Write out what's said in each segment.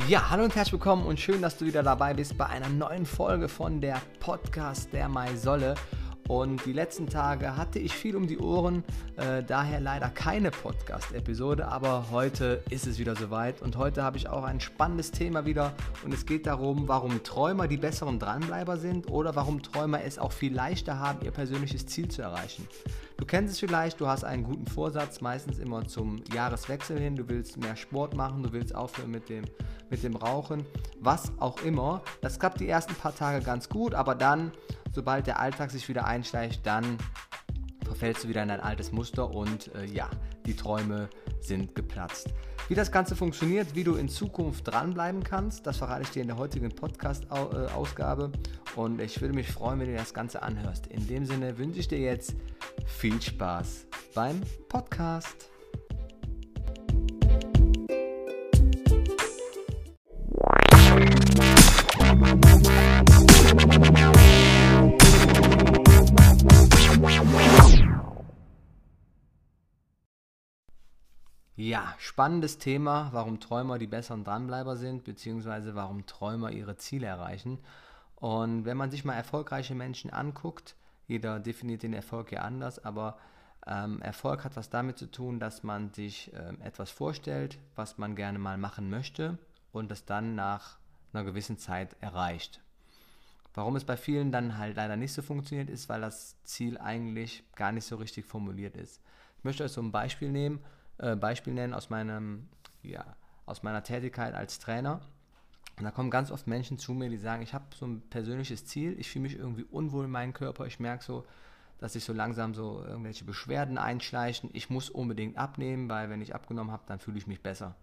Ja, hallo und herzlich willkommen und schön, dass du wieder dabei bist bei einer neuen Folge von der Podcast der Maisolle. Und die letzten Tage hatte ich viel um die Ohren, daher leider keine Podcast-Episode, aber heute ist es wieder soweit und heute habe ich auch ein spannendes Thema wieder und es geht darum, warum Träumer die besseren Dranbleiber sind oder warum Träumer es auch viel leichter haben, ihr persönliches Ziel zu erreichen. Du kennst es vielleicht, du hast einen guten Vorsatz, meistens immer zum Jahreswechsel hin, du willst mehr Sport machen, du willst aufhören mit dem Rauchen, was auch immer. Das klappt die ersten paar Tage ganz gut, aber dann, sobald der Alltag sich wieder einschleicht, dann verfällst du wieder in dein altes Muster und die Träume sind geplatzt. Wie das Ganze funktioniert, wie du in Zukunft dranbleiben kannst, das verrate ich dir in der heutigen Podcast-Ausgabe und ich würde mich freuen, wenn du das Ganze anhörst. In dem Sinne wünsche ich dir jetzt viel Spaß beim Podcast. Ja, spannendes Thema, warum Träumer die besseren Dranbleiber sind, beziehungsweise warum Träumer ihre Ziele erreichen. Und wenn man sich mal erfolgreiche Menschen anguckt, jeder definiert den Erfolg ja anders, aber Erfolg hat was damit zu tun, dass man sich etwas vorstellt, was man gerne mal machen möchte und das dann nach einer gewissen Zeit erreicht. Warum es bei vielen dann halt leider nicht so funktioniert, ist, weil das Ziel eigentlich gar nicht so richtig formuliert ist. Ich möchte euch so ein Beispiel nennen aus meiner Tätigkeit als Trainer. Und da kommen ganz oft Menschen zu mir, die sagen, ich habe so ein persönliches Ziel, ich fühle mich irgendwie unwohl in meinem Körper, ich merke so, dass sich so langsam so irgendwelche Beschwerden einschleichen, ich muss unbedingt abnehmen, weil wenn ich abgenommen habe, dann fühle ich mich besser.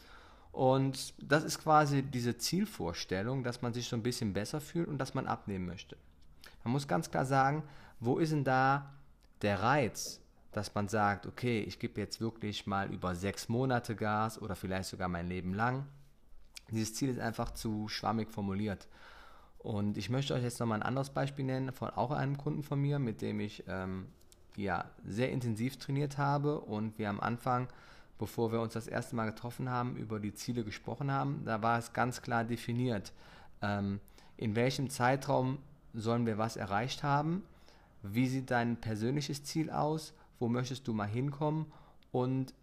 Und das ist quasi diese Zielvorstellung, dass man sich so ein bisschen besser fühlt und dass man abnehmen möchte. Man muss ganz klar sagen, wo ist denn da der Reiz, dass man sagt, okay, ich gebe jetzt wirklich mal über 6 Monate Gas oder vielleicht sogar mein Leben lang. Dieses Ziel ist einfach zu schwammig formuliert. Und ich möchte euch jetzt nochmal ein anderes Beispiel nennen von auch einem Kunden von mir, mit dem ich sehr intensiv trainiert habe und wir am Anfang, bevor wir uns das erste Mal getroffen haben, über die Ziele gesprochen haben. Da war es ganz klar definiert, in welchem Zeitraum sollen wir was erreicht haben, wie sieht dein persönliches Ziel aus, wo möchtest du mal hinkommen und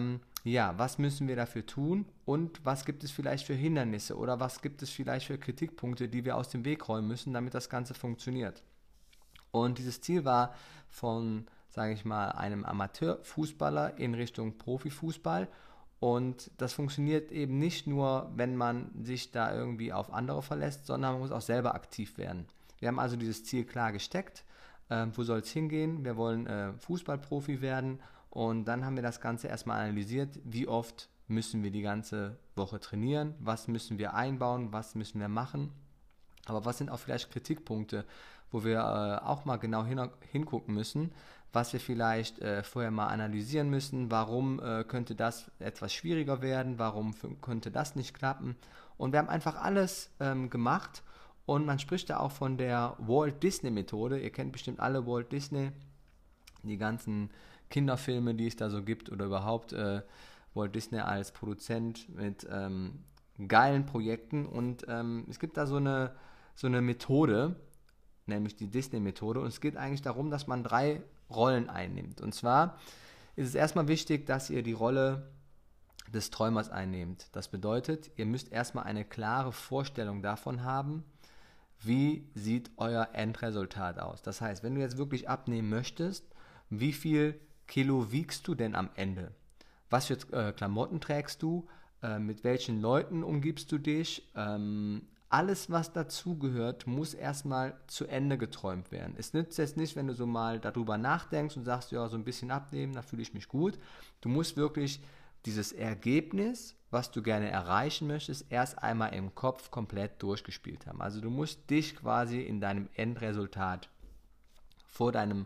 was müssen wir dafür tun und was gibt es vielleicht für Hindernisse oder was gibt es vielleicht für Kritikpunkte, die wir aus dem Weg räumen müssen, damit das Ganze funktioniert. Und dieses Ziel war von, sage ich mal, einem Amateurfußballer in Richtung Profifußball und das funktioniert eben nicht nur, wenn man sich da irgendwie auf andere verlässt, sondern man muss auch selber aktiv werden. Wir haben also dieses Ziel klar gesteckt. Wo soll es hingehen? Wir wollen Fußballprofi werden und dann haben wir das Ganze erstmal analysiert, wie oft müssen wir die ganze Woche trainieren, was müssen wir einbauen, was müssen wir machen, aber was sind auch vielleicht Kritikpunkte, wo wir auch mal genau hingucken müssen, was wir vielleicht vorher mal analysieren müssen, warum könnte das etwas schwieriger werden, warum könnte das nicht klappen und wir haben einfach alles gemacht. Und man spricht da auch von der Walt Disney Methode. Ihr kennt bestimmt alle Walt Disney, die ganzen Kinderfilme, die es da so gibt oder überhaupt Walt Disney als Produzent mit geilen Projekten. Und es gibt da so eine Methode, nämlich die Disney Methode. Und es geht eigentlich darum, dass man 3 Rollen einnimmt. Und zwar ist es erstmal wichtig, dass ihr die Rolle des Träumers einnehmt. Das bedeutet, ihr müsst erstmal eine klare Vorstellung davon haben, wie sieht euer Endresultat aus? Das heißt, wenn du jetzt wirklich abnehmen möchtest, wie viel Kilo wiegst du denn am Ende? Was für Klamotten trägst du? Mit welchen Leuten umgibst du dich? Alles, was dazugehört, muss erstmal zu Ende geträumt werden. Es nützt jetzt nicht, wenn du so mal darüber nachdenkst und sagst, ja, so ein bisschen abnehmen, da fühle ich mich gut. Du musst wirklich dieses Ergebnis, was du gerne erreichen möchtest, erst einmal im Kopf komplett durchgespielt haben. Also du musst dich quasi in deinem Endresultat vor deinem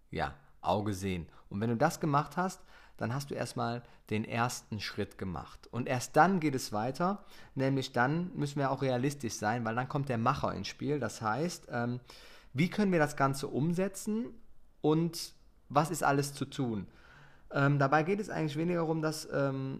Auge sehen. Und wenn du das gemacht hast, dann hast du erstmal den ersten Schritt gemacht. Und erst dann geht es weiter, nämlich dann müssen wir auch realistisch sein, weil dann kommt der Macher ins Spiel. Das heißt, wie können wir das Ganze umsetzen und was ist alles zu tun? Dabei geht es eigentlich weniger darum, dass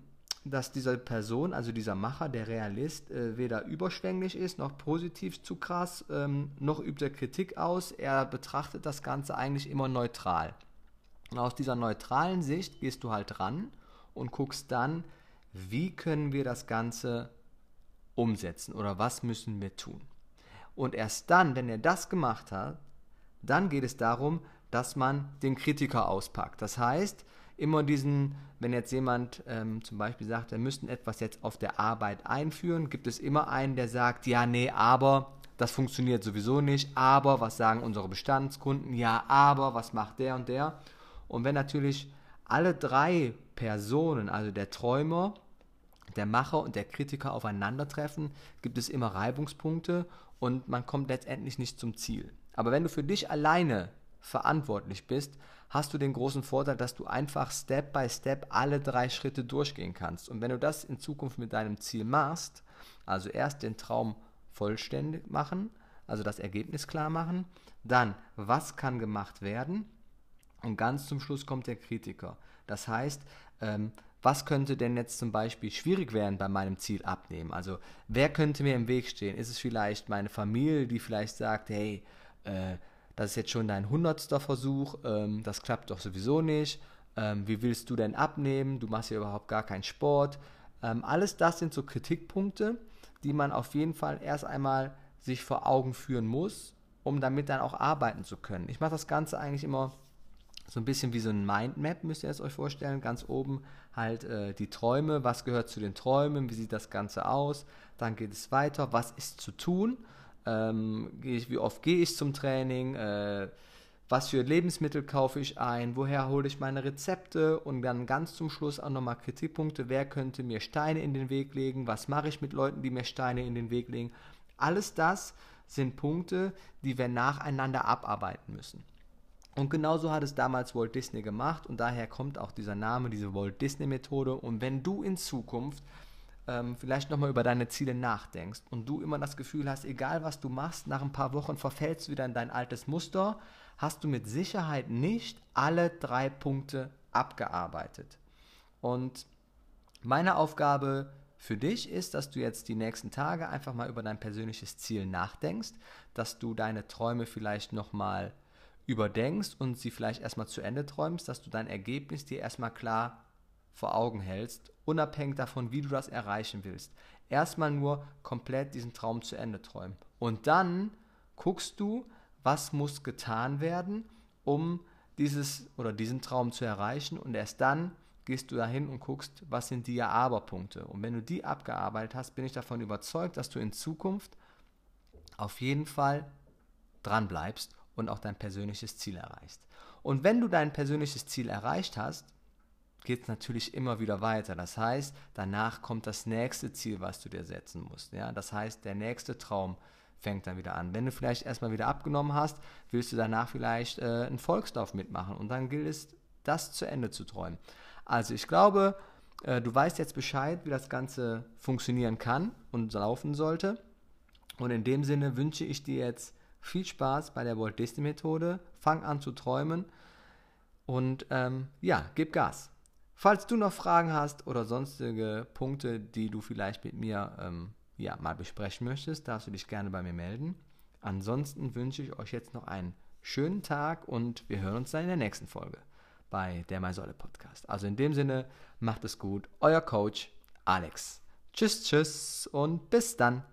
dass diese Person, also dieser Macher, der Realist, weder überschwänglich ist, noch positiv zu krass, noch übt er Kritik aus. Er betrachtet das Ganze eigentlich immer neutral. Und aus dieser neutralen Sicht gehst du halt ran und guckst dann, wie können wir das Ganze umsetzen oder was müssen wir tun. Und erst dann, wenn er das gemacht hat, dann geht es darum, dass man den Kritiker auspackt. Das heißt, immer wenn jetzt jemand zum Beispiel sagt, wir müssten etwas jetzt auf der Arbeit einführen, gibt es immer einen, der sagt, ja, nee, aber das funktioniert sowieso nicht, aber was sagen unsere Bestandskunden, ja, aber was macht der und der? Und wenn natürlich alle drei Personen, also der Träumer, der Macher und der Kritiker aufeinandertreffen, gibt es immer Reibungspunkte und man kommt letztendlich nicht zum Ziel. Aber wenn du für dich alleine verantwortlich bist, hast du den großen Vorteil, dass du einfach Step by Step alle 3 Schritte durchgehen kannst. Und wenn du das in Zukunft mit deinem Ziel machst, also erst den Traum vollständig machen, also das Ergebnis klar machen, dann, was kann gemacht werden? Und ganz zum Schluss kommt der Kritiker. Das heißt, was könnte denn jetzt zum Beispiel schwierig werden bei meinem Ziel abnehmen? Also wer könnte mir im Weg stehen? Ist es vielleicht meine Familie, die vielleicht sagt, hey, das ist jetzt schon dein 100. Versuch, das klappt doch sowieso nicht. Wie willst du denn abnehmen? Du machst ja überhaupt gar keinen Sport. Alles das sind so Kritikpunkte, die man auf jeden Fall erst einmal sich vor Augen führen muss, um damit dann auch arbeiten zu können. Ich mache das Ganze eigentlich immer so ein bisschen wie so ein Mindmap, müsst ihr es euch vorstellen. Ganz oben halt die Träume, was gehört zu den Träumen, wie sieht das Ganze aus. Dann geht es weiter, was ist zu tun, wie oft gehe ich zum Training, was für Lebensmittel kaufe ich ein, woher hole ich meine Rezepte und dann ganz zum Schluss auch nochmal Kritikpunkte, wer könnte mir Steine in den Weg legen, was mache ich mit Leuten, die mir Steine in den Weg legen. Alles das sind Punkte, die wir nacheinander abarbeiten müssen. Und genauso hat es damals Walt Disney gemacht und daher kommt auch dieser Name, diese Walt Disney Methode. Und wenn du in Zukunft vielleicht nochmal über deine Ziele nachdenkst und du immer das Gefühl hast, egal was du machst, nach ein paar Wochen verfällst du wieder in dein altes Muster, hast du mit Sicherheit nicht alle 3 Punkte abgearbeitet. Und meine Aufgabe für dich ist, dass du jetzt die nächsten Tage einfach mal über dein persönliches Ziel nachdenkst, dass du deine Träume vielleicht nochmal überdenkst und sie vielleicht erstmal zu Ende träumst, dass du dein Ergebnis dir erstmal klar vor Augen hältst, unabhängig davon, wie du das erreichen willst. Erstmal nur komplett diesen Traum zu Ende träumen. Und dann guckst du, was muss getan werden, um diesen Traum zu erreichen und erst dann gehst du dahin und guckst, was sind die Ja-Aber-Punkte. Und wenn du die abgearbeitet hast, bin ich davon überzeugt, dass du in Zukunft auf jeden Fall dran bleibst und auch dein persönliches Ziel erreichst. Und wenn du dein persönliches Ziel erreicht hast, geht es natürlich immer wieder weiter. Das heißt, danach kommt das nächste Ziel, was du dir setzen musst. Ja? Das heißt, der nächste Traum fängt dann wieder an. Wenn du vielleicht erstmal wieder abgenommen hast, willst du danach vielleicht einen Volkslauf mitmachen und dann gilt es, das zu Ende zu träumen. Also ich glaube, du weißt jetzt Bescheid, wie das Ganze funktionieren kann und laufen sollte. Und in dem Sinne wünsche ich dir jetzt viel Spaß bei der Walt Disney Methode. Fang an zu träumen und gib Gas. Falls du noch Fragen hast oder sonstige Punkte, die du vielleicht mit mir mal besprechen möchtest, darfst du dich gerne bei mir melden. Ansonsten wünsche ich euch jetzt noch einen schönen Tag und wir hören uns dann in der nächsten Folge bei der MySolle Podcast. Also in dem Sinne, macht es gut. Euer Coach Alex. Tschüss, tschüss und bis dann.